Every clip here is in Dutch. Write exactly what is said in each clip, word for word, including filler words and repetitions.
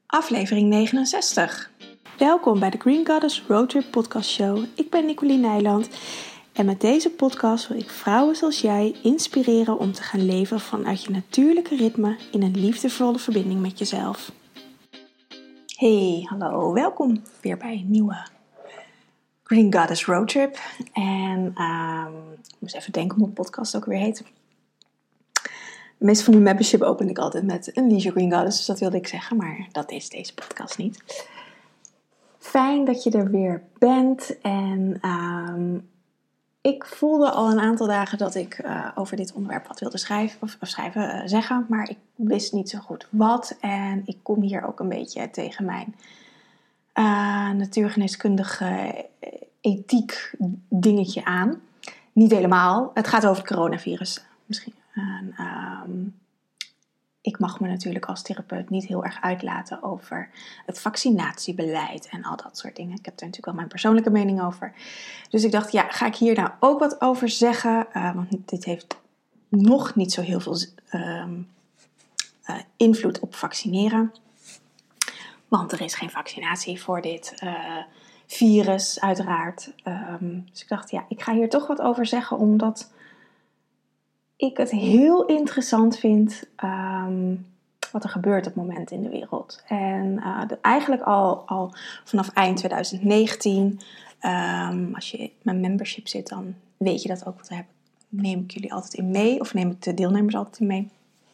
aflevering negenenzestig. Welkom bij de Green Goddess Roadtrip podcast show. Ik ben Nicolien Nijland en met deze podcast wil ik vrouwen zoals jij inspireren om te gaan leven vanuit je natuurlijke ritme in een liefdevolle verbinding met jezelf. Hey, hallo, welkom weer bij een nieuwe Green Goddess Roadtrip. En um, ik moest even denken hoe mijn podcast ook weer heet. Meestal van die membership open ik altijd met Unleash Green Goddess, dus dat wilde ik zeggen, maar dat is deze podcast niet. Fijn dat je er weer bent en um, ik voelde al een aantal dagen dat ik uh, over dit onderwerp wat wilde schrijven, of, of schrijven, uh, zeggen, maar ik wist niet zo goed wat en ik kom hier ook een beetje tegen mijn uh, natuurgeneeskundige ethiek dingetje aan. Niet helemaal, het gaat over het coronavirus misschien. En, um, ik mag me natuurlijk als therapeut niet heel erg uitlaten over het vaccinatiebeleid en al dat soort dingen. Ik heb er natuurlijk wel mijn persoonlijke mening over. Dus ik dacht, ja, ga ik hier nou ook wat over zeggen? Uh, want dit heeft nog niet zo heel veel um, uh, invloed op vaccineren. Want er is geen vaccinatie voor dit uh, virus, uiteraard. Um, dus ik dacht, ja, ik ga hier toch wat over zeggen, omdat ik het heel interessant vind um, wat er gebeurt op het moment in de wereld. En uh, de, eigenlijk al, al vanaf eind twintig negentien, um, als je in mijn membership zit, dan weet je dat ook. Want daar neem ik jullie altijd in mee, of neem ik de deelnemers altijd in mee.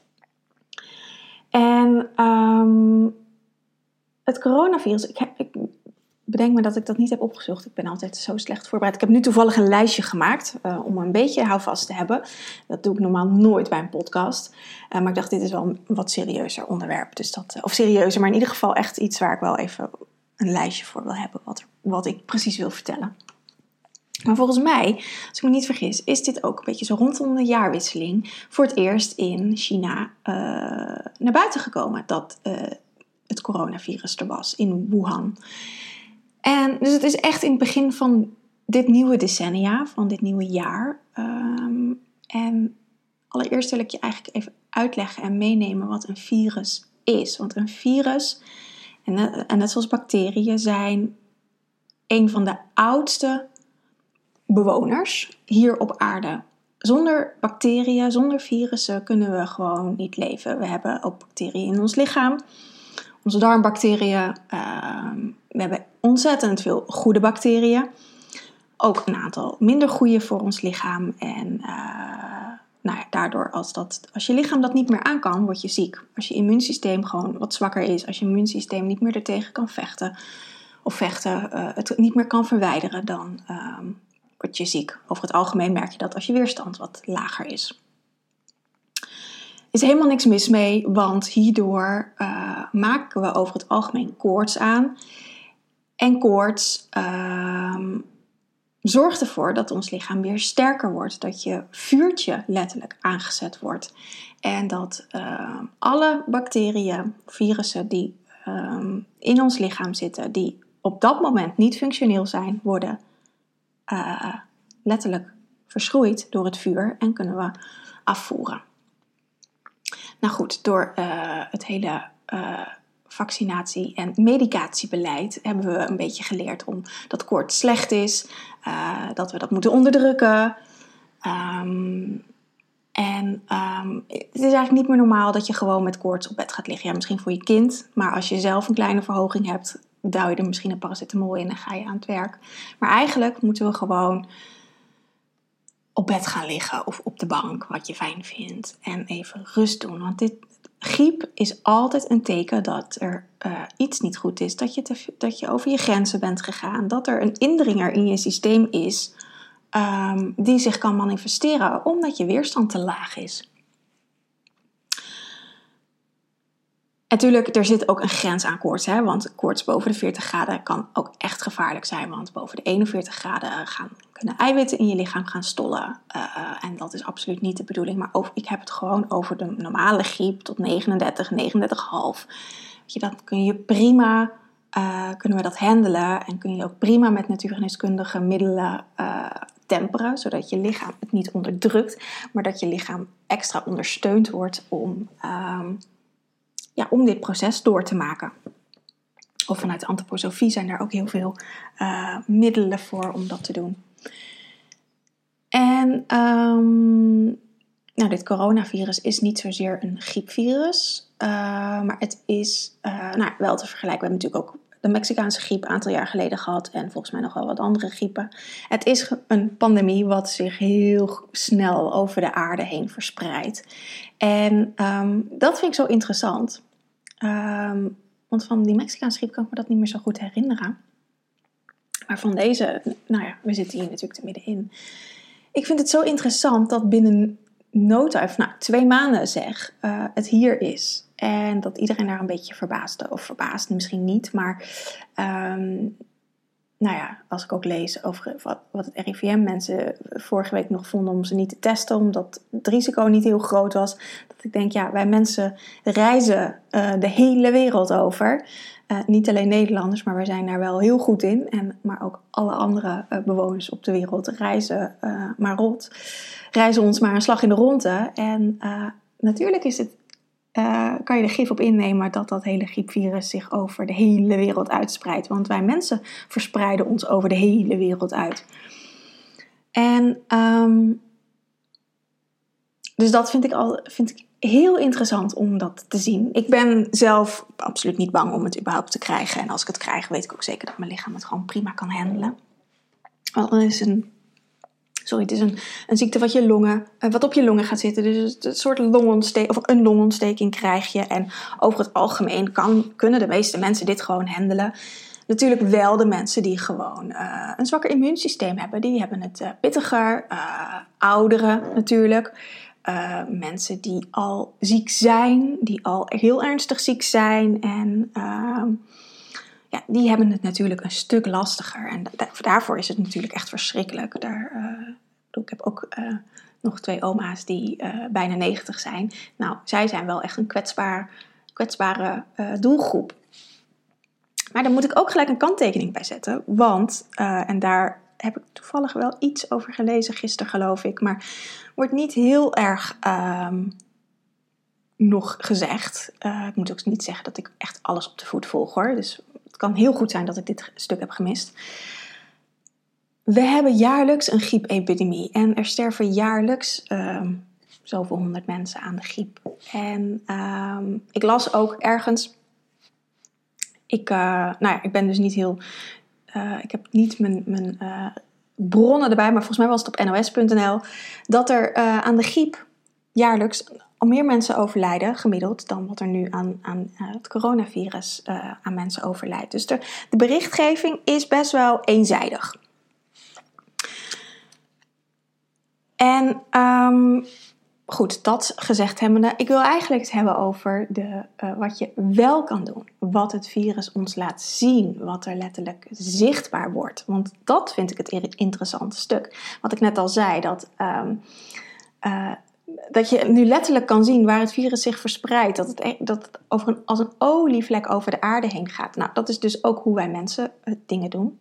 En um, het coronavirus, ik, heb, ik bedenk me dat ik dat niet heb opgezocht. Ik ben altijd zo slecht voorbereid. Ik heb nu toevallig een lijstje gemaakt uh, om een beetje houvast te hebben. Dat doe ik normaal nooit bij een podcast. Uh, maar ik dacht, dit is wel een wat serieuzer onderwerp. Dus dat, of serieuzer, maar in ieder geval echt iets waar ik wel even een lijstje voor wil hebben. Wat, wat ik precies wil vertellen. Maar volgens mij, als ik me niet vergis, is dit ook een beetje zo rondom de jaarwisseling voor het eerst in China uh, naar buiten gekomen. Dat uh, het coronavirus er was in Wuhan. En dus het is echt in het begin van dit nieuwe decennia, van dit nieuwe jaar. Um, en allereerst wil ik je eigenlijk even uitleggen en meenemen wat een virus is. Want een virus, en, en net zoals bacteriën, zijn een van de oudste bewoners hier op aarde. Zonder bacteriën, zonder virussen kunnen we gewoon niet leven. We hebben ook bacteriën in ons lichaam. Onze darmbacteriën, uh, we hebben ontzettend veel goede bacteriën. Ook een aantal minder goede voor ons lichaam. En uh, nou ja, daardoor, als, dat, als je lichaam dat niet meer aan kan, word je ziek. Als je immuunsysteem gewoon wat zwakker is, als je immuunsysteem niet meer ertegen kan vechten, of vechten, uh, het niet meer kan verwijderen, dan uh, word je ziek. Over het algemeen merk je dat als je weerstand wat lager is. Er is helemaal niks mis mee, want hierdoor uh, maken we over het algemeen koorts aan. En koorts uh, zorgt ervoor dat ons lichaam weer sterker wordt. Dat je vuurtje letterlijk aangezet wordt. En dat uh, alle bacteriën, virussen die uh, in ons lichaam zitten, die op dat moment niet functioneel zijn, worden uh, letterlijk verschroeid door het vuur en kunnen we afvoeren. Nou goed, door uh, het hele uh, vaccinatie- en medicatiebeleid hebben we een beetje geleerd om dat koorts slecht is, uh, dat we dat moeten onderdrukken. Um, en um, het is eigenlijk niet meer normaal dat je gewoon met koorts op bed gaat liggen. Ja, misschien voor je kind, maar als je zelf een kleine verhoging hebt, duw je er misschien een paracetamol in en ga je aan het werk. Maar eigenlijk moeten we gewoon op bed gaan liggen of op de bank, wat je fijn vindt. En even rust doen. Want dit griep is altijd een teken dat er uh, iets niet goed is. Dat je, te, dat je over je grenzen bent gegaan. Dat er een indringer in je systeem is um, die zich kan manifesteren omdat je weerstand te laag is. Natuurlijk, er zit ook een grens aan koorts, hè? Want koorts boven de veertig graden kan ook echt gevaarlijk zijn. Want boven de eenenveertig graden gaan, kunnen eiwitten in je lichaam gaan stollen. Uh, en dat is absoluut niet de bedoeling. Maar over, ik heb het gewoon over de normale griep tot negenendertig, negenendertig komma vijf. Weet je, dan kun je prima, uh, kunnen we dat handelen. En kun je ook prima met natuurgeneeskundige middelen uh, temperen. Zodat je lichaam het niet onderdrukt. Maar dat je lichaam extra ondersteund wordt om... Um, Ja, om dit proces door te maken. Of vanuit de antroposofie zijn daar ook heel veel uh, middelen voor om dat te doen. En um, nou, dit coronavirus is niet zozeer een griepvirus. Uh, maar het is uh, nou, wel te vergelijken. We hebben natuurlijk ook de Mexicaanse griep een aantal jaar geleden gehad. En volgens mij nog wel wat andere griepen. Het is een pandemie wat zich heel snel over de aarde heen verspreidt. En um, dat vind ik zo interessant. Um, want van die Mexicaanse griep kan ik me dat niet meer zo goed herinneren. Maar van deze, nou ja, we zitten hier natuurlijk te middenin. Ik vind het zo interessant dat binnen no time, nou twee maanden zeg, uh, het hier is. En dat iedereen daar een beetje verbaasde. Of verbaasd misschien niet, maar um, nou ja, als ik ook lees over wat, wat het R I V M mensen vorige week nog vonden om ze niet te testen, omdat het risico niet heel groot was. Dat ik denk, ja, wij mensen reizen uh, de hele wereld over. Uh, niet alleen Nederlanders, maar wij zijn daar wel heel goed in. En, maar ook alle andere uh, bewoners op de wereld reizen uh, maar rond. Reizen ons maar een slag in de ronde. En uh, natuurlijk is het, uh, kan je er gif op innemen dat dat hele griepvirus zich over de hele wereld uitspreidt. Want wij mensen verspreiden ons over de hele wereld uit. En um, dus dat vind ik al vind ik heel interessant om dat te zien. Ik ben zelf absoluut niet bang om het überhaupt te krijgen. En als ik het krijg, weet ik ook zeker dat mijn lichaam het gewoon prima kan handelen. Want dan is een, sorry, het is een, een ziekte wat, je longen, wat op je longen gaat zitten. Dus een soort longontsteking, of een longontsteking krijg je. En over het algemeen kan, kunnen de meeste mensen dit gewoon handelen. Natuurlijk wel de mensen die gewoon uh, een zwakker immuunsysteem hebben. Die hebben het uh, pittiger. Uh, ouderen natuurlijk. Uh, mensen die al ziek zijn, die al heel ernstig ziek zijn en uh, ja, die hebben het natuurlijk een stuk lastiger. En da- daarvoor is het natuurlijk echt verschrikkelijk. Daar, uh, ik heb ook uh, nog twee oma's die uh, bijna negentig zijn. Nou, zij zijn wel echt een kwetsbaar, kwetsbare uh, doelgroep. Maar daar moet ik ook gelijk een kanttekening bij zetten, want, uh, en daar heb ik toevallig wel iets over gelezen gisteren, geloof ik, maar wordt niet heel erg um, nog gezegd. Uh, ik moet ook niet zeggen dat ik echt alles op de voet volg, hoor. Dus het kan heel goed zijn dat ik dit stuk heb gemist. We hebben jaarlijks een griepepidemie en er sterven jaarlijks um, zoveel honderd mensen aan de griep. En um, ik las ook ergens, ik, uh, nou ja, ik ben dus niet heel, uh, ik heb niet mijn, mijn uh, bronnen erbij, maar volgens mij was het op N O S punt N L, dat er uh, aan de griep jaarlijks al meer mensen overlijden, gemiddeld, dan wat er nu aan, aan uh, het coronavirus uh, aan mensen overlijdt. Dus de, de berichtgeving is best wel eenzijdig. En um, goed, dat gezegd hebbende, ik wil eigenlijk het hebben over de, uh, wat je wel kan doen. Wat het virus ons laat zien, wat er letterlijk zichtbaar wordt. Want dat vind ik het interessante stuk. Wat ik net al zei, dat, um, uh, dat je nu letterlijk kan zien waar het virus zich verspreidt. Dat het, dat het over een, als een olievlek over de aarde heen gaat. Nou, dat is dus ook hoe wij mensen uh, dingen doen.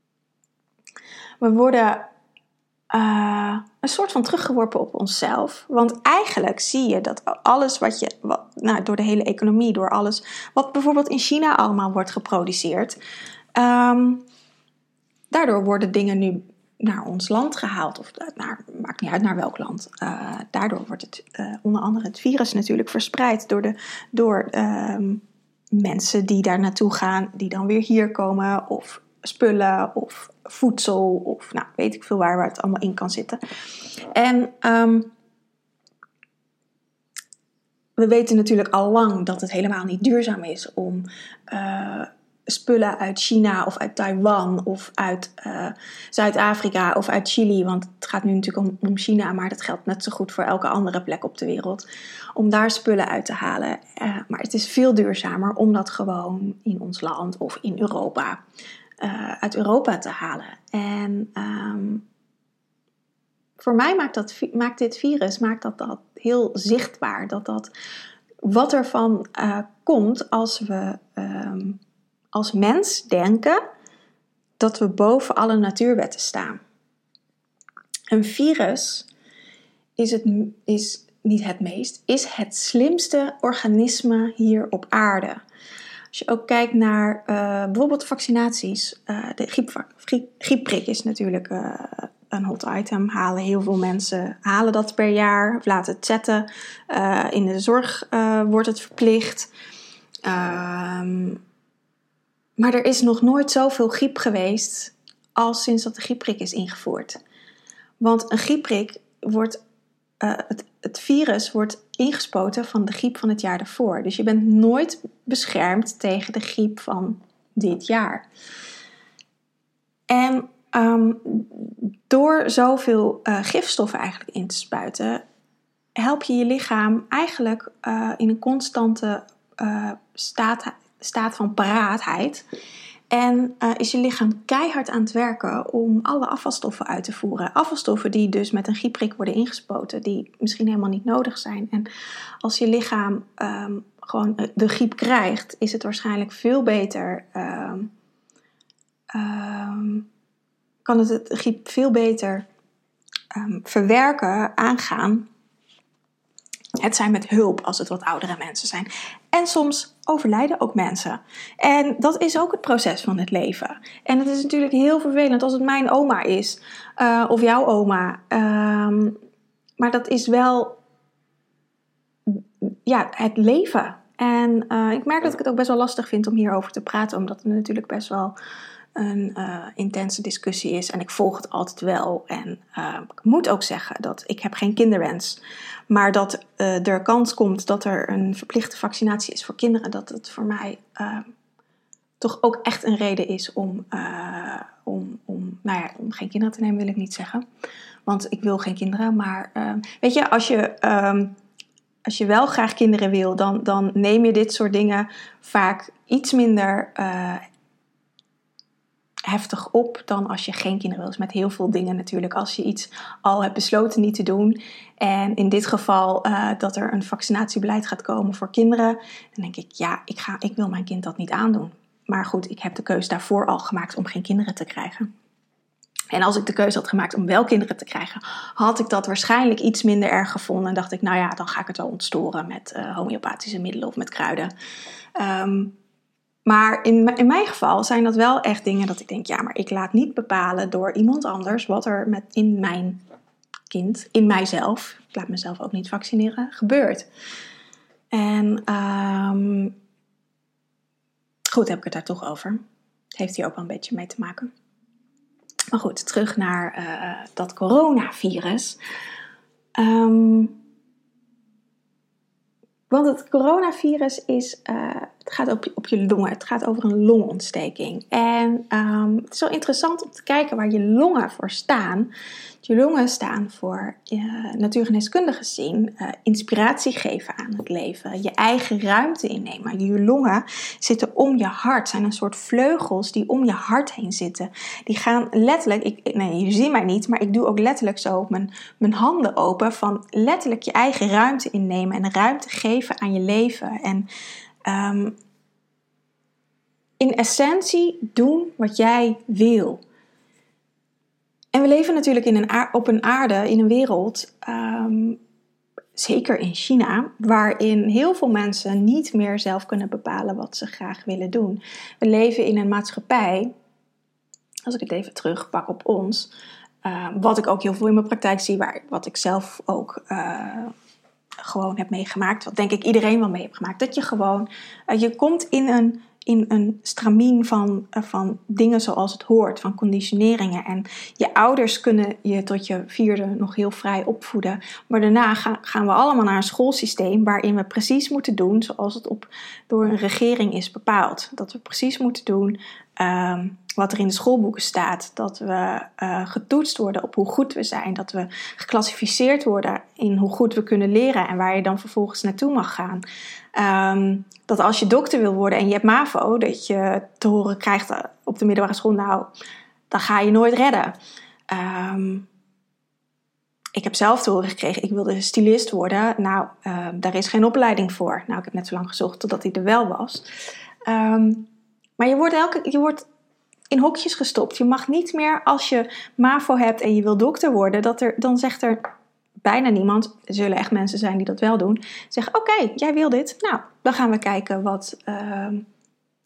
We worden Uh, een soort van teruggeworpen op onszelf. Want eigenlijk zie je dat alles wat je, wat, nou, door de hele economie, door alles wat bijvoorbeeld in China allemaal wordt geproduceerd, um, daardoor worden dingen nu naar ons land gehaald. Of naar, maakt niet uit naar welk land. Uh, daardoor wordt het uh, onder andere het virus natuurlijk verspreid door, de, door um, mensen die daar naartoe gaan, die dan weer hier komen, of spullen of voedsel of nou, weet ik veel waar, waar het allemaal in kan zitten. En um, we weten natuurlijk al lang dat het helemaal niet duurzaam is om uh, spullen uit China of uit Taiwan of uit uh, Zuid-Afrika of uit Chili, want het gaat nu natuurlijk om, om China, maar dat geldt net zo goed voor elke andere plek op de wereld, om daar spullen uit te halen. Uh, maar het is veel duurzamer om dat gewoon in ons land of in Europa Uh, uit Europa te halen. En um, voor mij maakt, dat, maakt dit virus maakt dat, dat heel zichtbaar. Dat dat wat ervan uh, komt als we um, als mens denken dat we boven alle natuurwetten staan. Een virus is, het, is niet het meest, is het slimste organisme hier op aarde. Als Als je ook kijkt naar uh, bijvoorbeeld vaccinaties. Uh, de griep, griep, griepprik is natuurlijk uh, een hot item. Halen heel veel mensen halen dat per jaar. Of laten het zetten. Uh, in de zorg uh, wordt het verplicht. Uh, maar er is nog nooit zoveel griep geweest als sinds dat de griepprik is ingevoerd. Want een griepprik wordt... Uh, het, het virus wordt ingespoten van de griep van het jaar daarvoor. Dus je bent nooit beschermd tegen de griep van dit jaar. En um, door zoveel uh, gifstoffen eigenlijk in te spuiten, help je je lichaam eigenlijk uh, in een constante uh, staat, staat van paraatheid. En uh, is je lichaam keihard aan het werken om alle afvalstoffen uit te voeren. Afvalstoffen die dus met een griepprik worden ingespoten, die misschien helemaal niet nodig zijn. En als je lichaam um, gewoon de griep krijgt, is het waarschijnlijk veel beter. Um, um, kan het de griep veel beter um, verwerken, aangaan. Het zijn met hulp als het wat oudere mensen zijn. En soms overlijden ook mensen. En dat is ook het proces van het leven. En het is natuurlijk heel vervelend als het mijn oma is. Uh, of jouw oma. Um, maar dat is wel ja, het leven. En uh, ik merk dat ik het ook best wel lastig vind om hierover te praten. Omdat het natuurlijk best wel een uh, intense discussie is. En ik volg het altijd wel. En uh, ik moet ook zeggen dat ik heb geen kinderwens. Maar dat uh, er kans komt dat er een verplichte vaccinatie is voor kinderen. Dat het voor mij uh, toch ook echt een reden is om, uh, om, om, nou ja, om geen kinderen te nemen, wil ik niet zeggen. Want ik wil geen kinderen. Maar uh, weet je, als je, um, als je wel graag kinderen wil, dan, dan neem je dit soort dingen vaak iets minder uh, heftig op dan als je geen kinderen wil. Dus met heel veel dingen natuurlijk. Als je iets al hebt besloten niet te doen. En in dit geval uh, dat er een vaccinatiebeleid gaat komen voor kinderen. Dan denk ik, ja, ik, ga, ik wil mijn kind dat niet aandoen. Maar goed, ik heb de keuze daarvoor al gemaakt om geen kinderen te krijgen. En als ik de keuze had gemaakt om wel kinderen te krijgen, had ik dat waarschijnlijk iets minder erg gevonden. En dacht ik, nou ja, dan ga ik het wel ontstoren met uh, homeopathische middelen of met kruiden. Um, Maar in, in mijn geval zijn dat wel echt dingen dat ik denk, ja, maar ik laat niet bepalen door iemand anders wat er met in mijn kind, in mijzelf, ik laat mezelf ook niet vaccineren, gebeurt. En um, goed, heb ik het daar toch over. Heeft hier ook wel een beetje mee te maken. Maar goed, terug naar uh, dat coronavirus. Um, Want het coronavirus is, uh, het gaat op je, op je longen. Het gaat over een longontsteking. En um, het is wel interessant om te kijken waar je longen voor staan. Je longen staan voor, uh, natuurgeneeskundig gezien, uh, inspiratie geven aan het leven. Je eigen ruimte innemen. Je longen zitten om je hart. Zijn een soort vleugels die om je hart heen zitten. Die gaan letterlijk, ik, nee, je ziet mij niet, maar ik doe ook letterlijk zo mijn, mijn handen open. Van letterlijk je eigen ruimte innemen en ruimte geven aan je leven. En um, in essentie doen wat jij wil. En we leven natuurlijk in een aard, op een aarde, in een wereld, um, zeker in China, waarin heel veel mensen niet meer zelf kunnen bepalen wat ze graag willen doen. We leven in een maatschappij, als ik het even terugpak op ons, uh, wat ik ook heel veel in mijn praktijk zie, waar, wat ik zelf ook uh, gewoon heb meegemaakt, wat denk ik iedereen wel mee heeft gemaakt, dat je gewoon, uh, je komt in een in een stramien van, van dingen zoals het hoort, van conditioneringen. En je ouders kunnen je tot je vierde nog heel vrij opvoeden. Maar daarna gaan, gaan we allemaal naar een schoolsysteem waarin we precies moeten doen zoals het op, door een regering is bepaald. Dat we precies moeten doen um, wat er in de schoolboeken staat. Dat we uh, getoetst worden op hoe goed we zijn. Dat we geclassificeerd worden in hoe goed we kunnen leren en waar je dan vervolgens naartoe mag gaan. Um, dat als je dokter wil worden en je hebt MAVO, dat je te horen krijgt op de middelbare school, nou, dan ga je nooit redden. Um, ik heb zelf te horen gekregen, ik wilde stylist worden. Nou, uh, daar is geen opleiding voor. Nou, ik heb net zo lang gezocht totdat hij er wel was. Um, maar je wordt, elke, je wordt in hokjes gestopt. Je mag niet meer, als je MAVO hebt en je wil dokter worden, dat er, dan zegt er bijna niemand, er zullen echt mensen zijn die dat wel doen, zeggen, oké, okay, jij wil dit, nou, dan gaan we kijken wat, uh,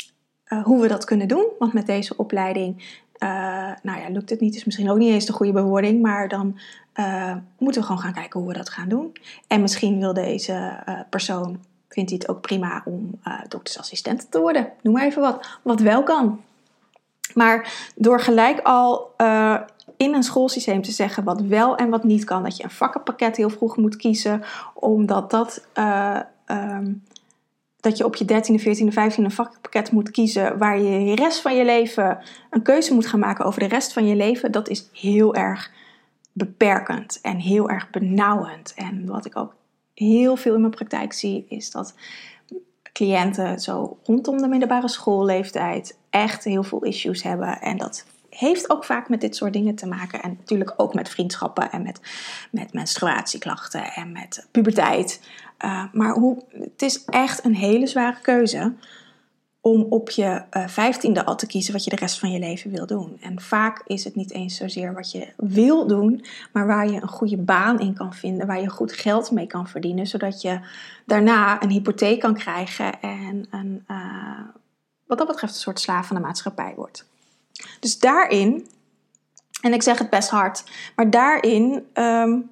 uh, hoe we dat kunnen doen. Want met deze opleiding, uh, nou ja, lukt het niet. Is misschien ook niet eens de goede bewoording. Maar dan uh, moeten we gewoon gaan kijken hoe we dat gaan doen. En misschien wil deze uh, persoon, vindt hij het ook prima om uh, doktersassistent te worden. Noem maar even wat. Wat wel kan. Maar door gelijk al uh, in een schoolsysteem te zeggen wat wel en wat niet kan. Dat je een vakkenpakket heel vroeg moet kiezen. Omdat dat... Uh, um, dat je op je dertiende, veertiende, vijftiende een vakpakket moet kiezen waar je de rest van je leven een keuze moet gaan maken over de rest van je leven. Dat is heel erg beperkend en heel erg benauwend. En wat ik ook heel veel in mijn praktijk zie, is dat cliënten zo rondom de middelbare schoolleeftijd echt heel veel issues hebben. En dat heeft ook vaak met dit soort dingen te maken. En natuurlijk ook met vriendschappen en met, met menstruatieklachten en met puberteit. Uh, maar hoe, het is echt een hele zware keuze om op je uh, vijftiende al te kiezen wat je de rest van je leven wil doen. En vaak is het niet eens zozeer wat je wil doen, maar waar je een goede baan in kan vinden, waar je goed geld mee kan verdienen, zodat je daarna een hypotheek kan krijgen en een, uh, wat dat betreft een soort slaaf van de maatschappij wordt. Dus daarin, en ik zeg het best hard, maar daarin um,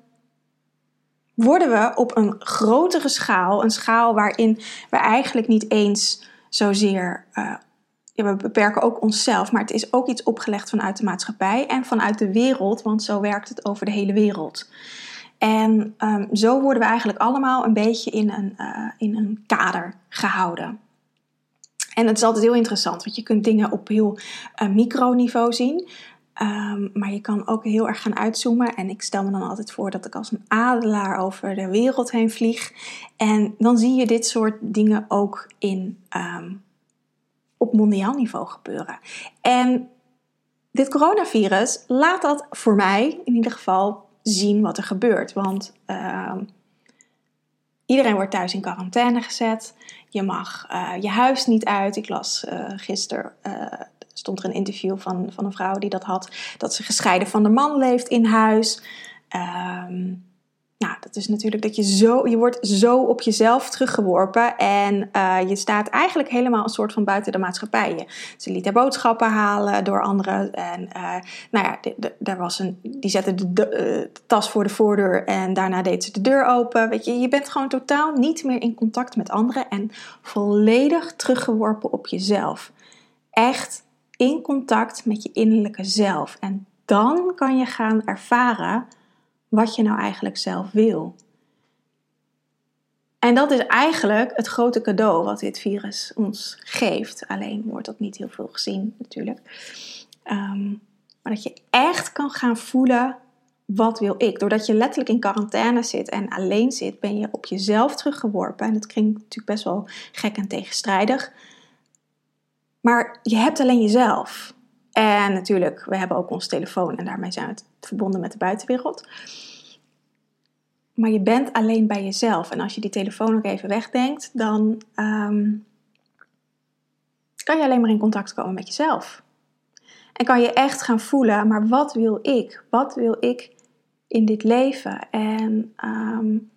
worden we op een grotere schaal, een schaal waarin we eigenlijk niet eens zozeer, uh, ja, we beperken ook onszelf, maar het is ook iets opgelegd vanuit de maatschappij en vanuit de wereld, want zo werkt het over de hele wereld. En um, zo worden we eigenlijk allemaal een beetje in een, uh, in een kader gehouden. En het is altijd heel interessant, want je kunt dingen op heel uh, microniveau zien. Um, maar je kan ook heel erg gaan uitzoomen. En ik stel me dan altijd voor dat ik als een adelaar over de wereld heen vlieg. En dan zie je dit soort dingen ook in, um, op mondiaal niveau gebeuren. En dit coronavirus laat dat voor mij in ieder geval zien wat er gebeurt. Want uh, iedereen wordt thuis in quarantaine gezet. Je mag uh, je huis niet uit. Ik las uh, gisteren... Uh, stond er een interview van, van een vrouw die dat had, dat ze gescheiden van de man leeft in huis. Um, nou, dat is natuurlijk dat je zo, je wordt zo op jezelf teruggeworpen en uh, je staat eigenlijk helemaal een soort van buiten de maatschappij. Je, ze liet haar boodschappen halen door anderen en uh, nou ja, de, de, er was een, die zette de, de, uh, de tas voor de voordeur en daarna deed ze de deur open. Weet je, je bent gewoon totaal niet meer in contact met anderen en volledig teruggeworpen op jezelf. Echt in contact met je innerlijke zelf. En dan kan je gaan ervaren wat je nou eigenlijk zelf wil. En dat is eigenlijk het grote cadeau wat dit virus ons geeft. Alleen wordt dat niet heel veel gezien natuurlijk. Um, maar dat je echt kan gaan voelen, wat wil ik? Doordat je letterlijk in quarantaine zit en alleen zit, ben je op jezelf teruggeworpen. En dat klinkt natuurlijk best wel gek en tegenstrijdig. Maar je hebt alleen jezelf. En natuurlijk, we hebben ook ons telefoon en daarmee zijn we verbonden met de buitenwereld. Maar je bent alleen bij jezelf. En als je die telefoon ook even wegdenkt, dan um, kan je alleen maar in contact komen met jezelf. En kan je echt gaan voelen, maar wat wil ik? Wat wil ik in dit leven? En um,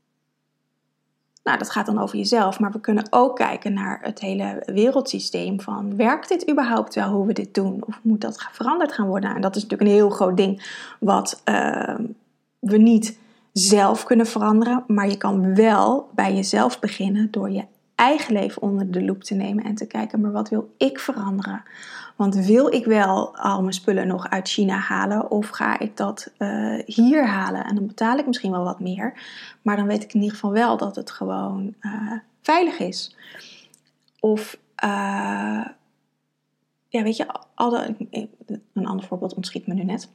nou, dat gaat dan over jezelf, maar we kunnen ook kijken naar het hele wereldsysteem van, werkt dit überhaupt wel hoe we dit doen? Of moet dat veranderd gaan worden? En dat is natuurlijk een heel groot ding wat uh, we niet zelf kunnen veranderen, maar je kan wel bij jezelf beginnen door je eigen leven onder de loep te nemen en te kijken, maar wat wil ik veranderen? Want wil ik wel al mijn spullen nog uit China halen of ga ik dat uh, hier halen? En dan betaal ik misschien wel wat meer, maar dan weet ik in ieder geval wel dat het gewoon uh, veilig is. Of, uh, ja weet je, al de, een ander voorbeeld ontschiet me nu net.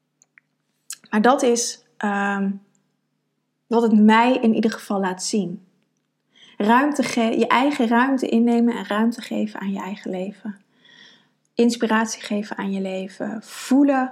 Maar dat is um, wat het mij in ieder geval laat zien. Ruimte ge- je eigen ruimte innemen en ruimte geven aan je eigen leven. Inspiratie geven aan je leven. Voelen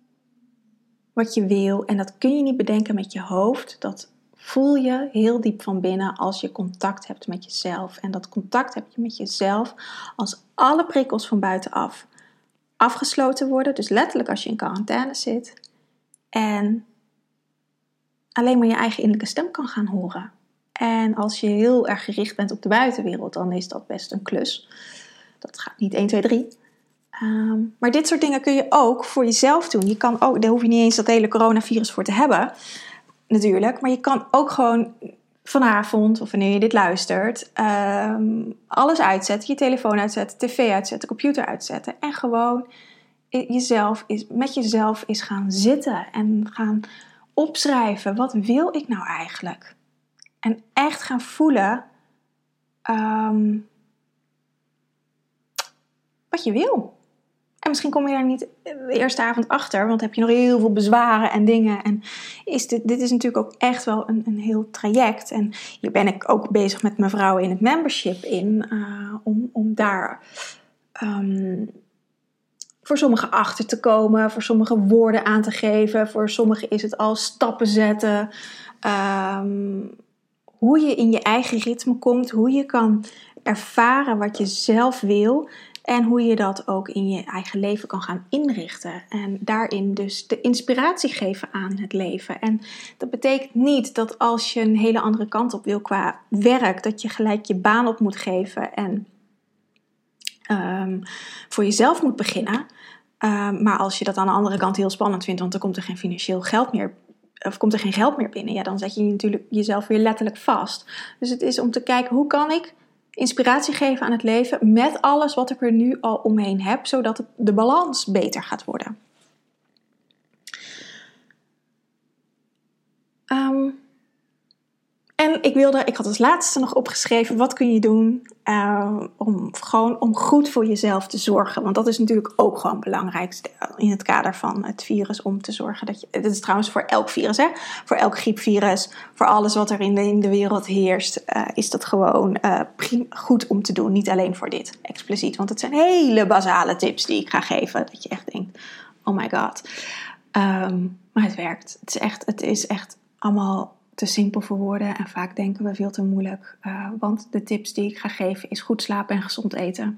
wat je wil. En dat kun je niet bedenken met je hoofd. Dat voel je heel diep van binnen als je contact hebt met jezelf. En dat contact heb je met jezelf als alle prikkels van buitenaf afgesloten worden. Dus letterlijk als je in quarantaine zit. En alleen maar je eigen innerlijke stem kan gaan horen. En als je heel erg gericht bent op de buitenwereld, dan is dat best een klus. Dat gaat niet één, twee, drie. Um, maar dit soort dingen kun je ook voor jezelf doen. Je kan ook, daar hoef je niet eens dat hele coronavirus voor te hebben, natuurlijk. Maar je kan ook gewoon vanavond, of wanneer je dit luistert, um, alles uitzetten. Je telefoon uitzetten, tv uitzetten, computer uitzetten. En gewoon jezelf is, met jezelf is gaan zitten en gaan opschrijven. Wat wil ik nou eigenlijk? En echt gaan voelen um, wat je wil. En misschien kom je daar niet de eerste avond achter, want heb je nog heel veel bezwaren en dingen. En is dit, dit is natuurlijk ook echt wel een, een heel traject. En hier ben ik ook bezig met mijn vrouwen in het membership in, uh, om, om daar um, voor sommigen achter te komen, voor sommigen woorden aan te geven, voor sommigen is het al stappen zetten. Um, hoe je in je eigen ritme komt, hoe je kan ervaren wat je zelf wil. En hoe je dat ook in je eigen leven kan gaan inrichten. En daarin dus de inspiratie geven aan het leven. En dat betekent niet dat als je een hele andere kant op wil qua werk, dat je gelijk je baan op moet geven en um, voor jezelf moet beginnen. Um, maar als je dat aan de andere kant heel spannend vindt, want dan komt er geen financieel geld meer, of komt er geen geld meer binnen, ja, dan zet je natuurlijk jezelf weer letterlijk vast. Dus het is om te kijken, hoe kan ik inspiratie geven aan het leven met alles wat ik er nu al omheen heb, zodat de balans beter gaat worden. Um, en ik wilde, ik had als laatste nog opgeschreven, wat kun je doen uh, om gewoon om goed voor jezelf te zorgen. Want dat is natuurlijk ook gewoon belangrijk in het kader van het virus, om te zorgen dat je, dit is trouwens voor elk virus, hè? Voor elk griepvirus, voor alles wat er in de, in de wereld heerst, uh, is dat gewoon uh, prima, goed om te doen. Niet alleen voor dit expliciet, want het zijn hele basale tips die ik ga geven, dat je echt denkt, oh my god. Um, maar het werkt. Het is echt, het is echt allemaal te simpel voor woorden en vaak denken we veel te moeilijk. Uh, want de tips die ik ga geven is goed slapen en gezond eten.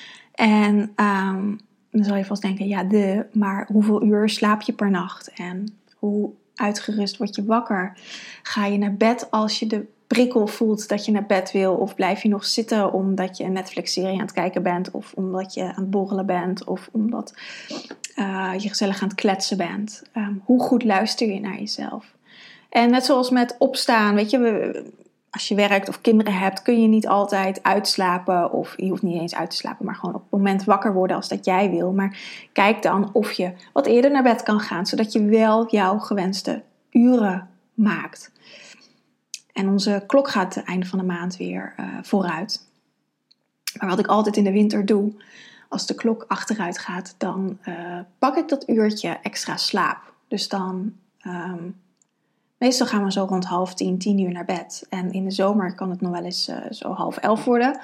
En um, dan zal je vast denken, ja de, maar hoeveel uur slaap je per nacht? En hoe uitgerust word je wakker? Ga je naar bed als je de prikkel voelt dat je naar bed wil? Of blijf je nog zitten omdat je een Netflix-serie aan het kijken bent? Of omdat je aan het borrelen bent? Of omdat uh, je gezellig aan het kletsen bent? Um, hoe goed luister je naar jezelf? En net zoals met opstaan, weet je, als je werkt of kinderen hebt, kun je niet altijd uitslapen. Of je hoeft niet eens uit te slapen, maar gewoon op het moment wakker worden als dat jij wil. Maar kijk dan of je wat eerder naar bed kan gaan, zodat je wel jouw gewenste uren maakt. En onze klok gaat het einde van de maand weer uh, vooruit. Maar wat ik altijd in de winter doe, als de klok achteruit gaat, dan uh, pak ik dat uurtje extra slaap. Dus dan Um, Meestal gaan we zo rond half tien, tien uur naar bed. En in de zomer kan het nog wel eens uh, zo half elf worden.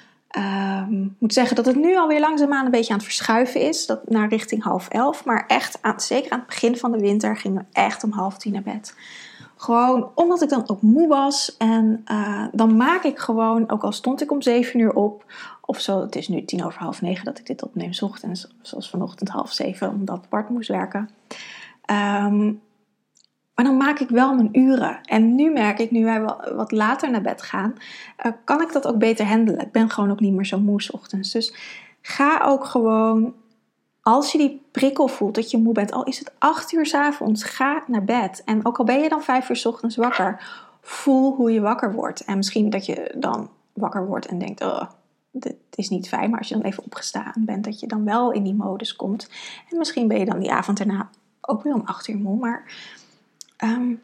Um, ik moet zeggen dat het nu alweer langzaamaan een beetje aan het verschuiven is. Dat naar richting half elf. Maar echt, aan, zeker aan het begin van de winter, gingen we echt om half tien naar bed. Gewoon omdat ik dan ook moe was. En uh, dan maak ik gewoon, ook al stond ik om zeven uur op. Of zo, het is nu tien over half negen dat ik dit opneem. 's Ochtends, zoals vanochtend half zeven, omdat Bart moest werken. Um, Maar dan maak ik wel mijn uren. En nu merk ik, nu wij wat later naar bed gaan, uh, kan ik dat ook beter handelen. Ik ben gewoon ook niet meer zo moe 's ochtends. Dus ga ook gewoon, als je die prikkel voelt dat je moe bent, al is het acht uur 's avonds, ga naar bed. En ook al ben je dan vijf uur 's ochtends wakker, voel hoe je wakker wordt. En misschien dat je dan wakker wordt en denkt, oh, dit is niet fijn. Maar als je dan even opgestaan bent, dat je dan wel in die modus komt. En misschien ben je dan die avond daarna ook weer om acht uur moe, maar Um,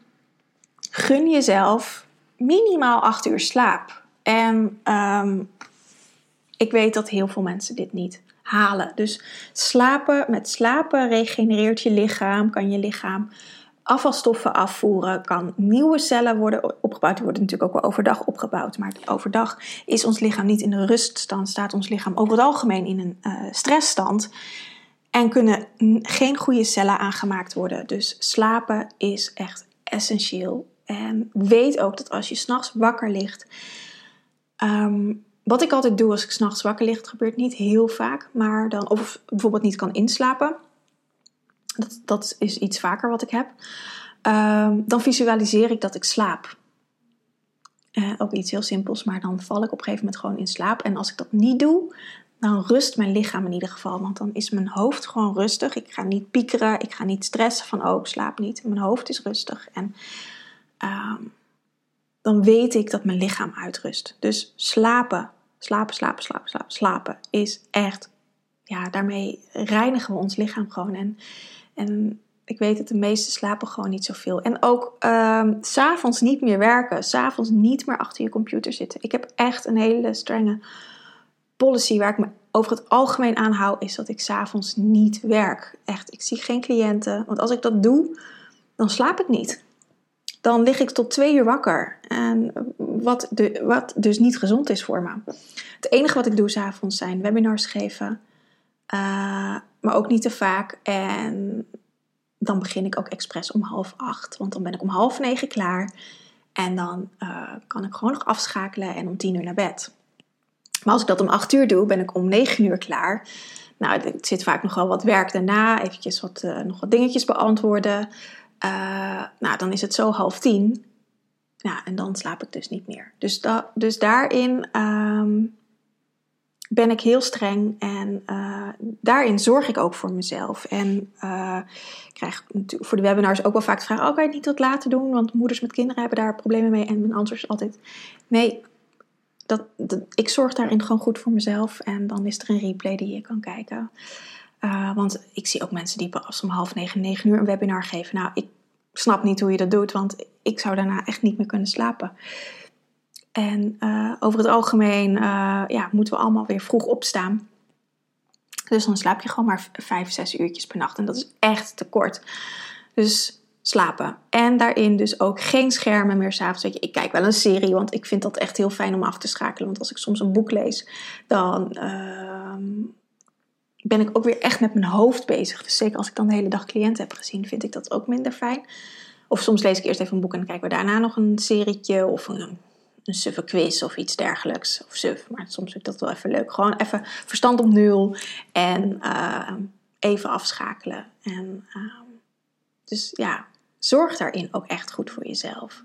gun jezelf minimaal acht uur slaap. En um, ik weet dat heel veel mensen dit niet halen. Dus slapen, met slapen regenereert je lichaam, kan je lichaam afvalstoffen afvoeren, kan nieuwe cellen worden opgebouwd. Die worden natuurlijk ook wel overdag opgebouwd, maar overdag is ons lichaam niet in de ruststand, staat ons lichaam over het algemeen in een uh, stressstand. En kunnen geen goede cellen aangemaakt worden. Dus slapen is echt essentieel. En weet ook dat als je 's nachts wakker ligt. Um, wat ik altijd doe als ik 's nachts wakker lig. Het gebeurt niet heel vaak. Maar dan, of bijvoorbeeld niet kan inslapen. Dat, dat is iets vaker wat ik heb. Um, dan visualiseer ik dat ik slaap. Uh, ook iets heel simpels. Maar dan val ik op een gegeven moment gewoon in slaap. En als ik dat niet doe, dan rust mijn lichaam in ieder geval. Want dan is mijn hoofd gewoon rustig. Ik ga niet piekeren, ik ga niet stressen van oh, ik slaap niet. Mijn hoofd is rustig. En um, dan weet ik dat mijn lichaam uitrust. Dus slapen, slapen, slapen, slapen, slapen, slapen is echt, ja, daarmee reinigen we ons lichaam gewoon. En, en ik weet dat de meesten slapen gewoon niet zoveel. En ook um, 's avonds niet meer werken. 's avonds niet meer achter je computer zitten. Ik heb echt een hele strenge policy waar ik me over het algemeen aan hou, is dat ik 's avonds niet werk. Echt, ik zie geen cliënten. Want als ik dat doe, dan slaap ik niet. Dan lig ik tot twee uur wakker. En wat, de, wat dus niet gezond is voor me. Het enige wat ik doe 's avonds zijn webinars geven. Uh, maar ook niet te vaak. En dan begin ik ook expres om half acht. Want dan ben ik om half negen klaar. En dan uh, kan ik gewoon nog afschakelen en om tien uur naar bed. Maar als ik dat om acht uur doe, ben ik om negen uur klaar. Nou, er zit vaak nog wel wat werk daarna. Eventjes wat, uh, nog wat dingetjes beantwoorden. Uh, nou, dan is het zo half tien. Nou, en dan slaap ik dus niet meer. Dus, da- dus daarin um, ben ik heel streng. En uh, daarin zorg ik ook voor mezelf. En uh, ik krijg voor de webinars ook wel vaak de vraag, oh, kan je het niet tot later doen? Want moeders met kinderen hebben daar problemen mee. En mijn antwoord is altijd, nee, dat, dat, ik zorg daarin gewoon goed voor mezelf. En dan is er een replay die je kan kijken. Uh, want ik zie ook mensen die pas om half negen, negen uur een webinar geven. Nou, ik snap niet hoe je dat doet, want ik zou daarna echt niet meer kunnen slapen. En uh, over het algemeen uh, ja, moeten we allemaal weer vroeg opstaan. Dus dan slaap je gewoon maar vijf, zes uurtjes per nacht. En dat is echt te kort. Dus slapen. En daarin dus ook geen schermen meer 's avonds. Weet je, ik kijk wel een serie, want ik vind dat echt heel fijn om af te schakelen. Want als ik soms een boek lees, dan Uh, ben ik ook weer echt met mijn hoofd bezig. Dus zeker als ik dan de hele dag cliënten heb gezien, vind ik dat ook minder fijn. Of soms lees ik eerst even een boek en dan kijken we daarna nog een serietje of een, een suffe quiz of iets dergelijks. Of suf, maar soms vind ik dat wel even leuk. Gewoon even verstand op nul en uh, even afschakelen. En, uh, dus ja, zorg daarin ook echt goed voor jezelf.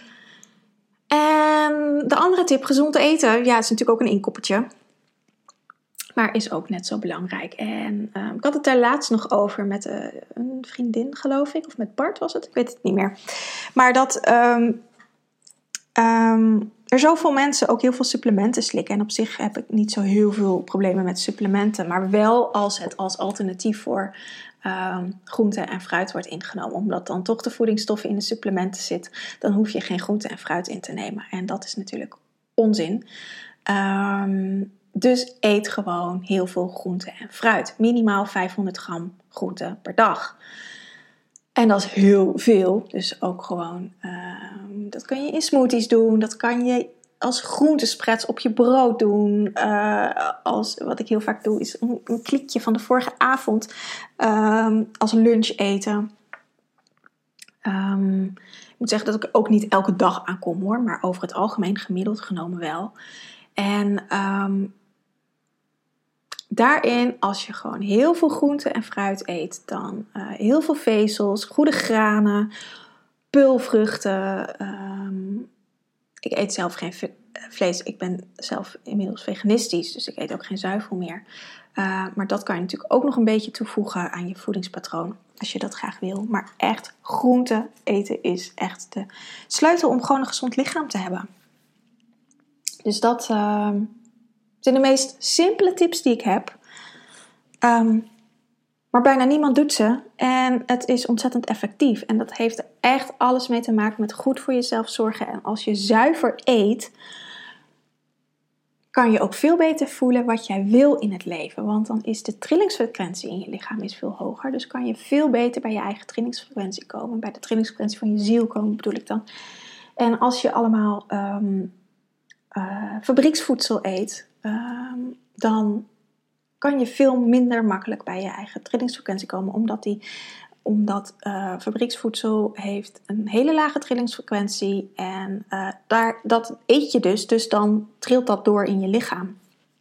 En de andere tip, gezond eten. Ja, het is natuurlijk ook een inkoppertje. Maar is ook net zo belangrijk. En uh, ik had het daar laatst nog over met uh, een vriendin, geloof ik. Of met Bart was het, ik weet het niet meer. Maar dat um, um, er zoveel mensen ook heel veel supplementen slikken. En op zich heb ik niet zo heel veel problemen met supplementen. Maar wel als het als alternatief voor um, groente en fruit wordt ingenomen. Omdat dan toch de voedingsstoffen in de supplementen zitten. Dan hoef je geen groente en fruit in te nemen. En dat is natuurlijk onzin. Um, Dus eet gewoon heel veel groente en fruit. Minimaal vijfhonderd gram groente per dag. En dat is heel veel. Dus ook gewoon, uh, dat kan je in smoothies doen. Dat kan je als groentespreads op je brood doen. Uh, als, wat ik heel vaak doe is een, een kliekje van de vorige avond uh, als lunch eten. Um, ik moet zeggen dat ik ook niet elke dag aankom hoor. Maar over het algemeen gemiddeld genomen wel. En Um, Daarin, als je gewoon heel veel groente en fruit eet, dan uh, heel veel vezels, goede granen, peulvruchten. Um, ik eet zelf geen vlees. Ik ben zelf inmiddels veganistisch, dus ik eet ook geen zuivel meer. Uh, maar dat kan je natuurlijk ook nog een beetje toevoegen aan je voedingspatroon, als je dat graag wil. Maar echt, groente eten is echt de sleutel om gewoon een gezond lichaam te hebben. Dus dat Uh, Het zijn de meest simpele tips die ik heb. Um, maar bijna niemand doet ze. En het is ontzettend effectief. En dat heeft echt alles mee te maken met goed voor jezelf zorgen. En als je zuiver eet, kan je ook veel beter voelen wat jij wil in het leven. Want dan is de trillingsfrequentie in je lichaam is veel hoger. Dus kan je veel beter bij je eigen trillingsfrequentie komen. Bij de trillingsfrequentie van je ziel komen, bedoel ik dan. En als je allemaal Um, Uh, fabrieksvoedsel eet, uh, dan kan je veel minder makkelijk bij je eigen trillingsfrequentie komen. Omdat, die, omdat uh, fabrieksvoedsel heeft een hele lage trillingsfrequentie. En uh, daar, dat eet je dus, dus dan trilt dat door in je lichaam.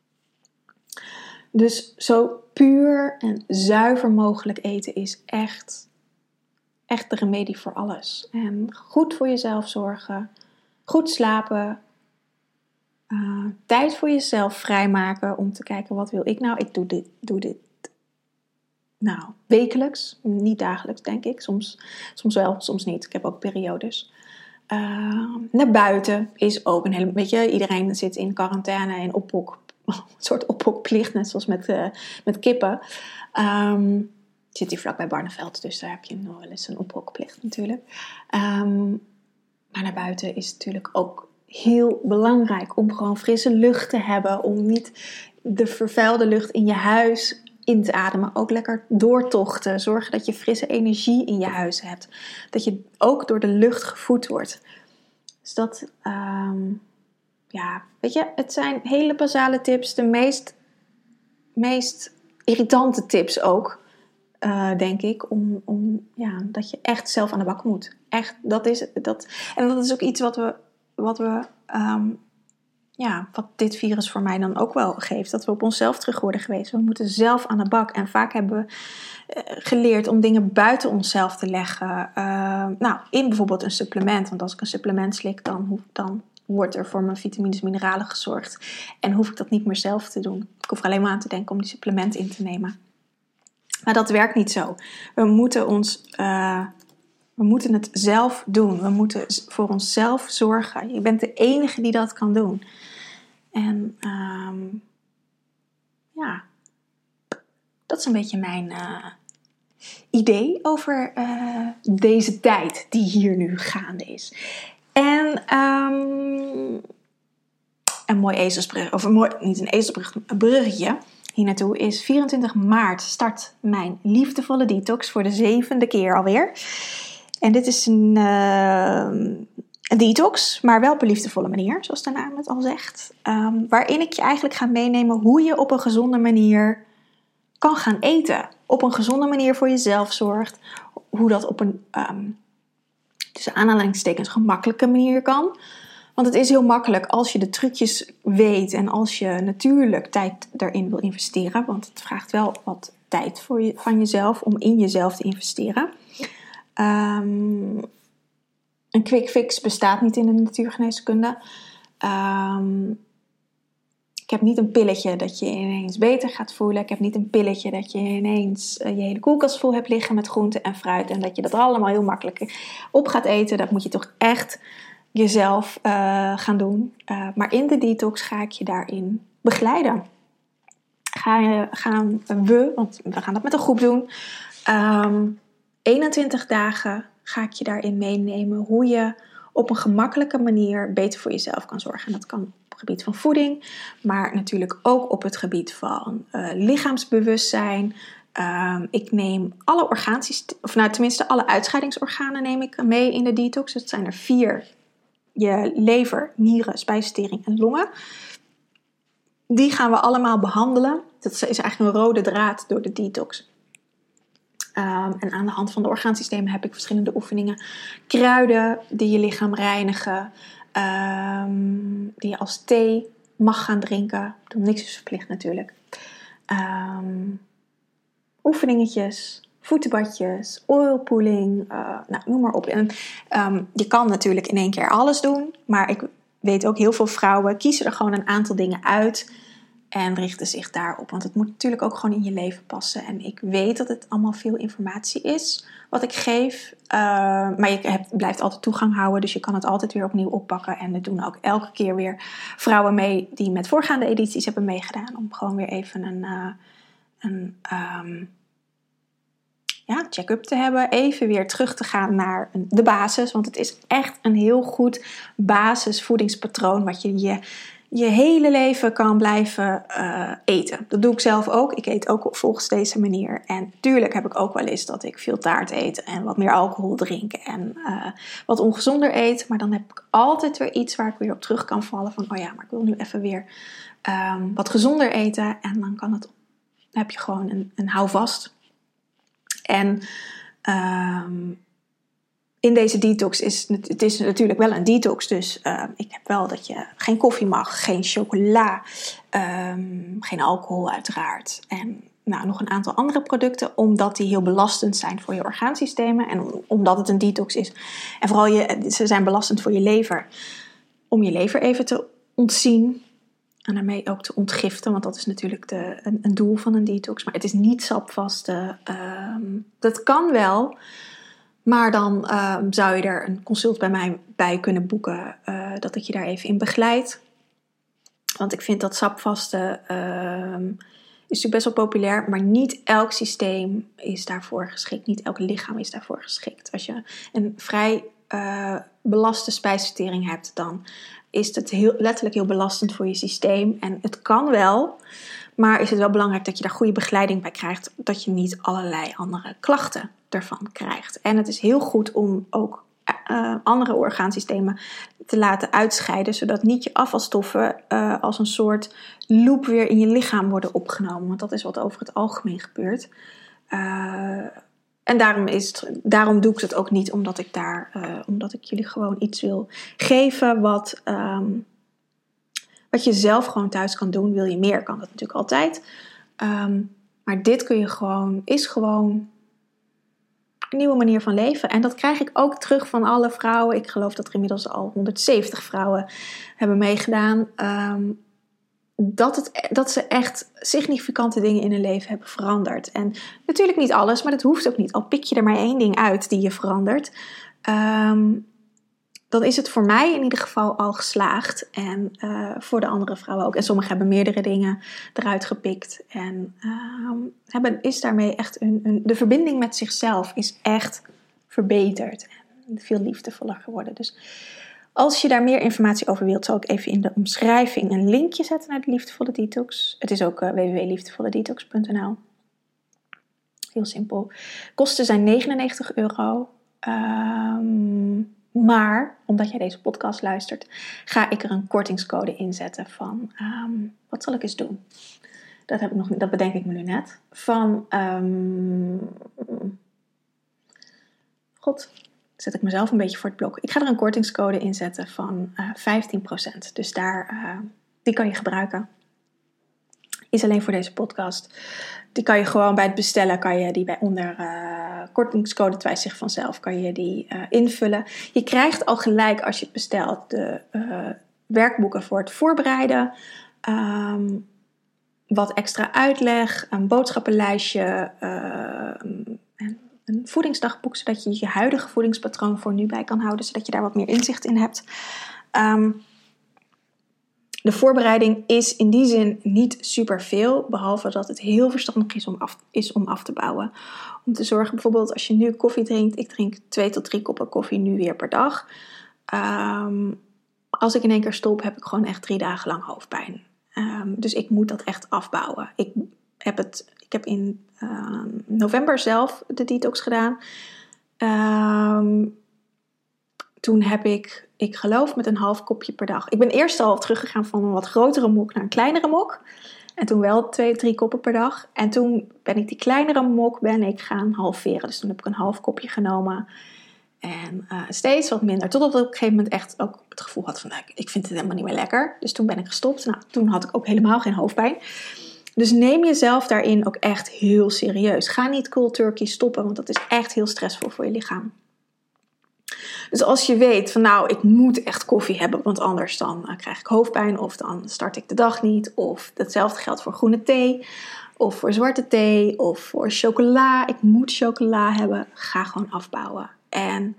Dus zo puur en zuiver mogelijk eten is echt, echt de remedie voor alles. En goed voor jezelf zorgen, goed slapen. Uh, tijd voor jezelf vrijmaken om te kijken, wat wil ik nou? Ik doe dit, doe dit nou, wekelijks, niet dagelijks denk ik. Soms, soms wel, soms niet. Ik heb ook periodes. Uh, naar buiten is ook een hele... Weet je, iedereen zit in quarantaine en ophok, een soort ophokplicht, net zoals met, uh, met kippen. Um, ik zit hier vlakbij Barneveld, dus daar heb je nog wel eens een ophokplicht natuurlijk. Um, maar naar buiten is natuurlijk ook heel belangrijk om gewoon frisse lucht te hebben. Om niet de vervuilde lucht in je huis in te ademen. Ook lekker doortochten. Zorgen dat je frisse energie in je huis hebt. Dat je ook door de lucht gevoed wordt. Dus dat, um, ja, weet je, het zijn hele basale tips. De meest, meest irritante tips ook, uh, denk ik. Om, om, ja, dat je echt zelf aan de bak moet. Echt, dat is dat. En dat is ook iets wat we, wat we, um, ja, wat dit virus voor mij dan ook wel geeft. Dat we op onszelf terug worden gewezen. We moeten zelf aan de bak. En vaak hebben we uh, geleerd om dingen buiten onszelf te leggen. Uh, nou, in bijvoorbeeld een supplement. Want als ik een supplement slik, dan, hoef, dan wordt er voor mijn vitamines, mineralen gezorgd. En hoef ik dat niet meer zelf te doen. Ik hoef er alleen maar aan te denken om die supplement in te nemen. Maar dat werkt niet zo. We moeten ons... Uh, We moeten het zelf doen. We moeten voor onszelf zorgen. Je bent de enige die dat kan doen. En um, ja, dat is een beetje mijn uh, idee over uh, deze tijd die hier nu gaande is. En um, een mooi ezelsbrug, of een mooi, niet een ezelsbrug, een bruggetje hier naartoe is vierentwintig maart start mijn liefdevolle detox voor de zevende keer alweer. En dit is een, uh, een detox, maar wel op een liefdevolle manier, zoals de naam het al zegt. Um, waarin ik je eigenlijk ga meenemen hoe je op een gezonde manier kan gaan eten. Op een gezonde manier voor jezelf zorgt. Hoe dat op een, um, tussen aanhalingstekens, gemakkelijke manier kan. Want het is heel makkelijk als je de trucjes weet en als je natuurlijk tijd daarin wil investeren. Want het vraagt wel wat tijd voor je, van jezelf om in jezelf te investeren. Um, een quick fix bestaat niet in de natuurgeneeskunde. Um, ik heb niet een pilletje dat je ineens beter gaat voelen. Ik heb niet een pilletje dat je ineens uh, je hele koelkast vol hebt liggen met groenten en fruit. En dat je dat allemaal heel makkelijk op gaat eten. Dat moet je toch echt jezelf uh, gaan doen. Uh, maar in de detox ga ik je daarin begeleiden. Ga je, gaan we, want we gaan dat met een groep doen... Um, eenentwintig dagen ga ik je daarin meenemen hoe je op een gemakkelijke manier beter voor jezelf kan zorgen. En dat kan op het gebied van voeding, maar natuurlijk ook op het gebied van uh, lichaamsbewustzijn. Uh, ik neem alle orgaansystemen, of nou tenminste alle uitscheidingsorganen neem ik mee in de detox. Dat zijn er vier. Je lever, nieren, spijsvertering en longen. Die gaan we allemaal behandelen. Dat is eigenlijk een rode draad door de detox. Um, en aan de hand van de orgaansystemen heb ik verschillende oefeningen. Kruiden die je lichaam reinigen. Um, die je als thee mag gaan drinken. Ik doe niks is verplicht natuurlijk. Um, oefeningetjes, voetenbadjes, oilpooling. Uh, nou, noem maar op. En, um, je kan natuurlijk in één keer alles doen. Maar ik weet ook heel veel vrouwen kiezen er gewoon een aantal dingen uit... En richten zich daarop. Want het moet natuurlijk ook gewoon in je leven passen. En ik weet dat het allemaal veel informatie is wat ik geef. Uh, maar je hebt, blijft altijd toegang houden. Dus je kan het altijd weer opnieuw oppakken. En er doen ook elke keer weer vrouwen mee die met voorgaande edities hebben meegedaan. Om gewoon weer even een, uh, een um, ja, check-up te hebben. Even weer terug te gaan naar de basis. Want het is echt een heel goed basisvoedingspatroon. Wat je je... je hele leven kan blijven uh, eten. Dat doe ik zelf ook. Ik eet ook volgens deze manier. En tuurlijk heb ik ook wel eens dat ik veel taart eet en wat meer alcohol drink en uh, wat ongezonder eet. Maar dan heb ik altijd weer iets waar ik weer op terug kan vallen van, oh ja, maar ik wil nu even weer um, wat gezonder eten. En dan kan het, dan heb je gewoon een, een houvast. En um, in deze detox is het is natuurlijk wel een detox. Dus uh, ik heb wel dat je geen koffie mag, geen chocola, um, geen alcohol uiteraard. En nou, nog een aantal andere producten, omdat die heel belastend zijn voor je orgaansystemen. En omdat het een detox is. En vooral je, ze zijn belastend voor je lever. Om je lever even te ontzien. En daarmee ook te ontgiften, want dat is natuurlijk de, een, een doel van een detox. Maar het is niet sapvasten. Um, dat kan wel, maar dan um, zou je er een consult bij mij bij kunnen boeken. Uh, dat ik je daar even in begeleid. Want ik vind dat sapvasten um, is natuurlijk best wel populair. Maar niet elk systeem is daarvoor geschikt. Niet elk lichaam is daarvoor geschikt. Als je een vrij uh, belaste spijsvertering hebt, dan is het heel, letterlijk heel belastend voor je systeem. En het kan wel, maar is het wel belangrijk dat je daar goede begeleiding bij krijgt. Dat je niet allerlei andere klachten ervan krijgt. En het is heel goed om ook uh, andere orgaansystemen te laten uitscheiden. Zodat niet je afvalstoffen uh, als een soort loop weer in je lichaam worden opgenomen. Want dat is wat over het algemeen gebeurt. Uh, En daarom, is het, daarom doe ik het ook niet, omdat ik, daar, uh, omdat ik jullie gewoon iets wil geven wat, um, wat je zelf gewoon thuis kan doen. Wil je meer, kan dat natuurlijk altijd. Um, maar dit kun je gewoon, is gewoon een nieuwe manier van leven. En dat krijg ik ook terug van alle vrouwen. Ik geloof dat er inmiddels al honderdzeventig vrouwen hebben meegedaan. Um, Dat, het, dat ze echt significante dingen in hun leven hebben veranderd. En natuurlijk niet alles, maar dat hoeft ook niet. Al pik je er maar één ding uit die je verandert. Um, dan is het voor mij in ieder geval al geslaagd. En uh, voor de andere vrouwen ook. En sommigen hebben meerdere dingen eruit gepikt. En um, hebben, is daarmee echt een, een, de verbinding met zichzelf is echt verbeterd. En veel liefdevoller geworden. Dus als je daar meer informatie over wilt, zal ik even in de omschrijving een linkje zetten naar de Liefdevolle Detox. Het is ook uh, w w w punt liefdevolle detox punt n l. Heel simpel. Kosten zijn negenennegentig euro. Um, maar, omdat jij deze podcast luistert, ga ik er een kortingscode inzetten van, um, wat zal ik eens doen? Dat, heb ik nog, dat bedenk ik me nu net. Van, um, god... zet ik mezelf een beetje voor het blok. Ik ga er een kortingscode in zetten van uh, vijftien procent. Dus daar, uh, die kan je gebruiken. Is alleen voor deze podcast. Die kan je gewoon bij het bestellen, kan je die bij onder uh, kortingscode, het wijst zich vanzelf, kan je die uh, invullen. Je krijgt al gelijk als je het bestelt de uh, werkboeken voor het voorbereiden. Um, wat extra uitleg, een boodschappenlijstje uh, en een voedingsdagboek, zodat je je huidige voedingspatroon voor nu bij kan houden, zodat je daar wat meer inzicht in hebt. Um, de voorbereiding is in die zin niet superveel, behalve dat het heel verstandig is om af, is om af te bouwen. Om te zorgen bijvoorbeeld als je nu koffie drinkt, ik drink twee tot drie koppen koffie nu weer per dag. Um, als ik in één keer stop, heb ik gewoon echt drie dagen lang hoofdpijn. Um, dus ik moet dat echt afbouwen. Ik heb het, ik heb in uh, november zelf de detox gedaan. Um, toen heb ik, ik geloof met een half kopje per dag. Ik ben eerst al teruggegaan van een wat grotere mok naar een kleinere mok. En toen wel twee, drie koppen per dag. En toen ben ik die kleinere mok ben ik gaan halveren. Dus toen heb ik een half kopje genomen. En uh, steeds wat minder. Totdat ik op een gegeven moment echt ook het gevoel had van, nou, ik vind het helemaal niet meer lekker. Dus toen ben ik gestopt. Nou, toen had ik ook helemaal geen hoofdpijn. Dus neem jezelf daarin ook echt heel serieus. Ga niet cold turkey stoppen, want dat is echt heel stressvol voor je lichaam. Dus als je weet van nou, ik moet echt koffie hebben, want anders dan uh, krijg ik hoofdpijn of dan start ik de dag niet. Of hetzelfde geldt voor groene thee of voor zwarte thee of voor chocola. Ik moet chocola hebben. Ga gewoon afbouwen. En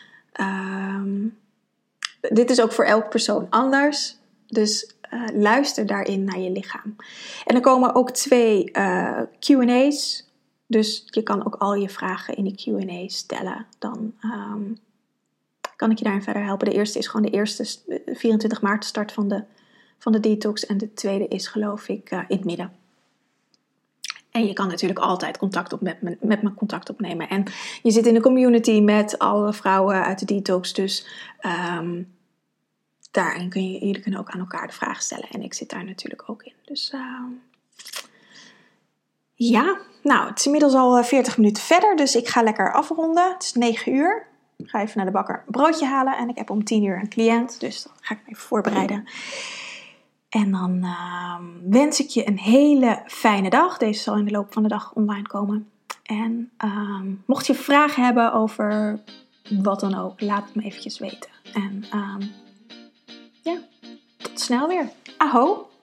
um, dit is ook voor elke persoon anders. Dus uh, luister daarin naar je lichaam. En er komen ook twee uh, Q en A's. Dus je kan ook al je vragen in die Q en A stellen. Dan um, kan ik je daarin verder helpen. De eerste is gewoon de eerste vierentwintig maart start van de, van de detox. En de tweede is geloof ik uh, in het midden. En je kan natuurlijk altijd contact op met, me, met me contact opnemen. En je zit in een community met alle vrouwen uit de detox. Dus um, daarin kun je, jullie kunnen ook aan elkaar de vragen stellen. En ik zit daar natuurlijk ook in. Dus uh, ja, nou het is inmiddels al veertig minuten verder. Dus ik ga lekker afronden. Het is negen uur. Ik ga even naar de bakker een broodje halen. En ik heb om tien uur een cliënt. Dus dan ga ik me even voorbereiden. En dan uh, wens ik je een hele fijne dag. Deze zal in de loop van de dag online komen. En uh, mocht je vragen hebben over wat dan ook, laat het me eventjes weten. En uh, ja, tot snel weer. Aho!